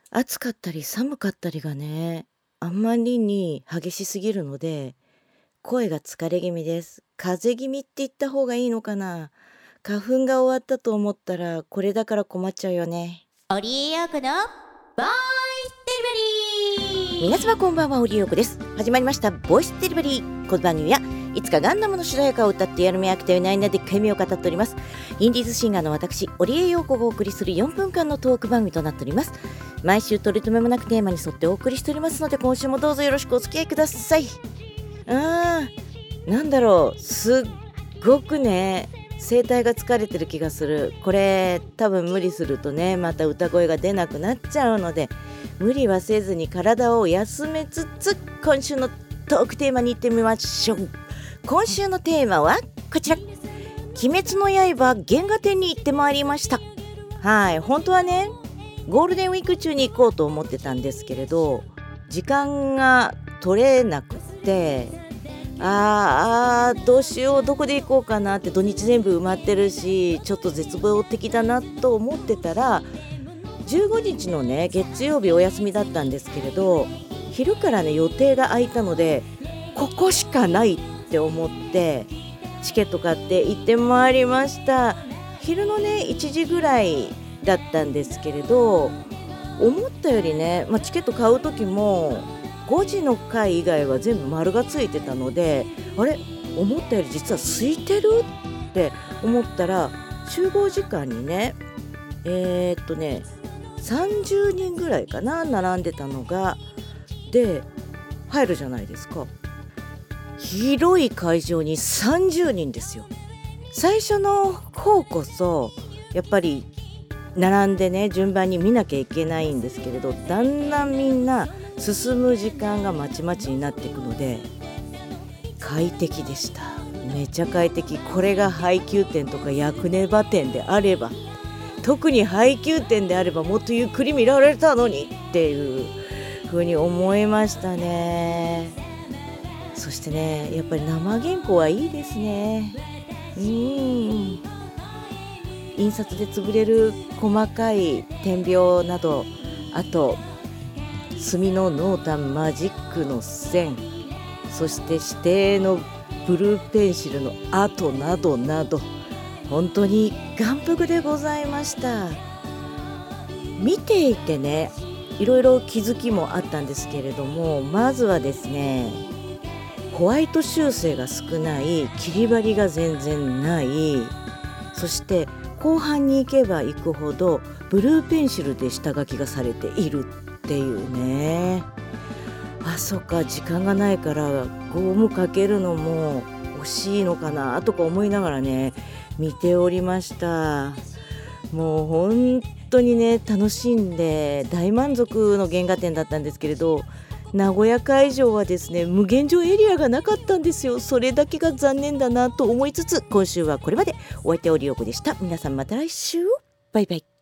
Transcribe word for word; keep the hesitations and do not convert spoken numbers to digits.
暑かったり寒かったりがね、あんまりに激しすぎるので、声が疲れ気味です。風邪気味って言った方がいいのかな。花粉が終わったと思ったら、これだから困っちゃうよね。 オリエヨーコのボイスデリバリー。 皆様こんばんは、オリエヨーコです。始まりましたボイスデリバリー。この番組はいつかガンダムの主題歌を歌ってやる目飽きたよないなでっかい目を語っております。インディーズシンガーの私オリエヨーコがお送りするよんぷんかんのトーク番組となっております。毎週取り留めもなくテーマに沿ってお送りしておりますので、今週もどうぞよろしくお付き合いください。あーなんだろう、すっごくね声帯が疲れてる気がする。これ多分無理するとね、また歌声が出なくなっちゃうので、無理はせずに体を休めつつ、今週のトークテーマに行ってみましょう。今週のテーマはこちら、鬼滅の刃原画展に行ってまいりました。はい、本当はねゴールデンウィーク中に行こうと思ってたんですけれど、時間が取れなくて、あーあーどうしよう、どこで行こうかなって、土日全部埋まってるし、ちょっと絶望的だなと思ってたら、じゅうごにちのね月曜日お休みだったんですけれど、昼からね予定が空いたので、ここしかないって思ってチケット買って行ってまいりました。昼のねいちじぐらいだったんですけれど、思ったよりね、まあ、チケット買う時もごじの回以外は全部丸がついてたので、あれ思ったより実は空いてるって思ったら、集合時間にねえー、っとねさんじゅうにんぐらいかな並んでたのが、で入るじゃないですか。広い会場にさんじゅうにんですよ。最初の方こそやっぱり並んでね順番に見なきゃいけないんですけれど、だんだんみんな進む時間がまちまちになっていくので快適でした。めちゃ快適。これが配給店とか薬ネバ店であれば、特に配給店であればもっとゆっくり見られたのにっていう風に思いましたね。そしてね、やっぱり生原稿はいいですね。うーん印刷で潰れる細かい点描など、あと墨の濃淡マジックの線、そして指定のブルーペンシルの跡などなど、本当に眼福でございました。見ていてねいろいろ気づきもあったんですけれども、まずはですね、ホワイト修正が少ない、切り張りが全然ない、そして後半に行けば行くほどブルーペンシルで下書きがされているっていうね。あ、そっか、時間がないからゴムかけるのも惜しいのかなとか思いながらね見ておりました。もう本当にね楽しんで大満足の原画展だったんですけれど、名古屋会場はですね無限上エリアがなかったんですよ。それだけが残念だなと思いつつ、今週はこれまで。お相手オリオコでした。皆さんまた来週、バイバイ。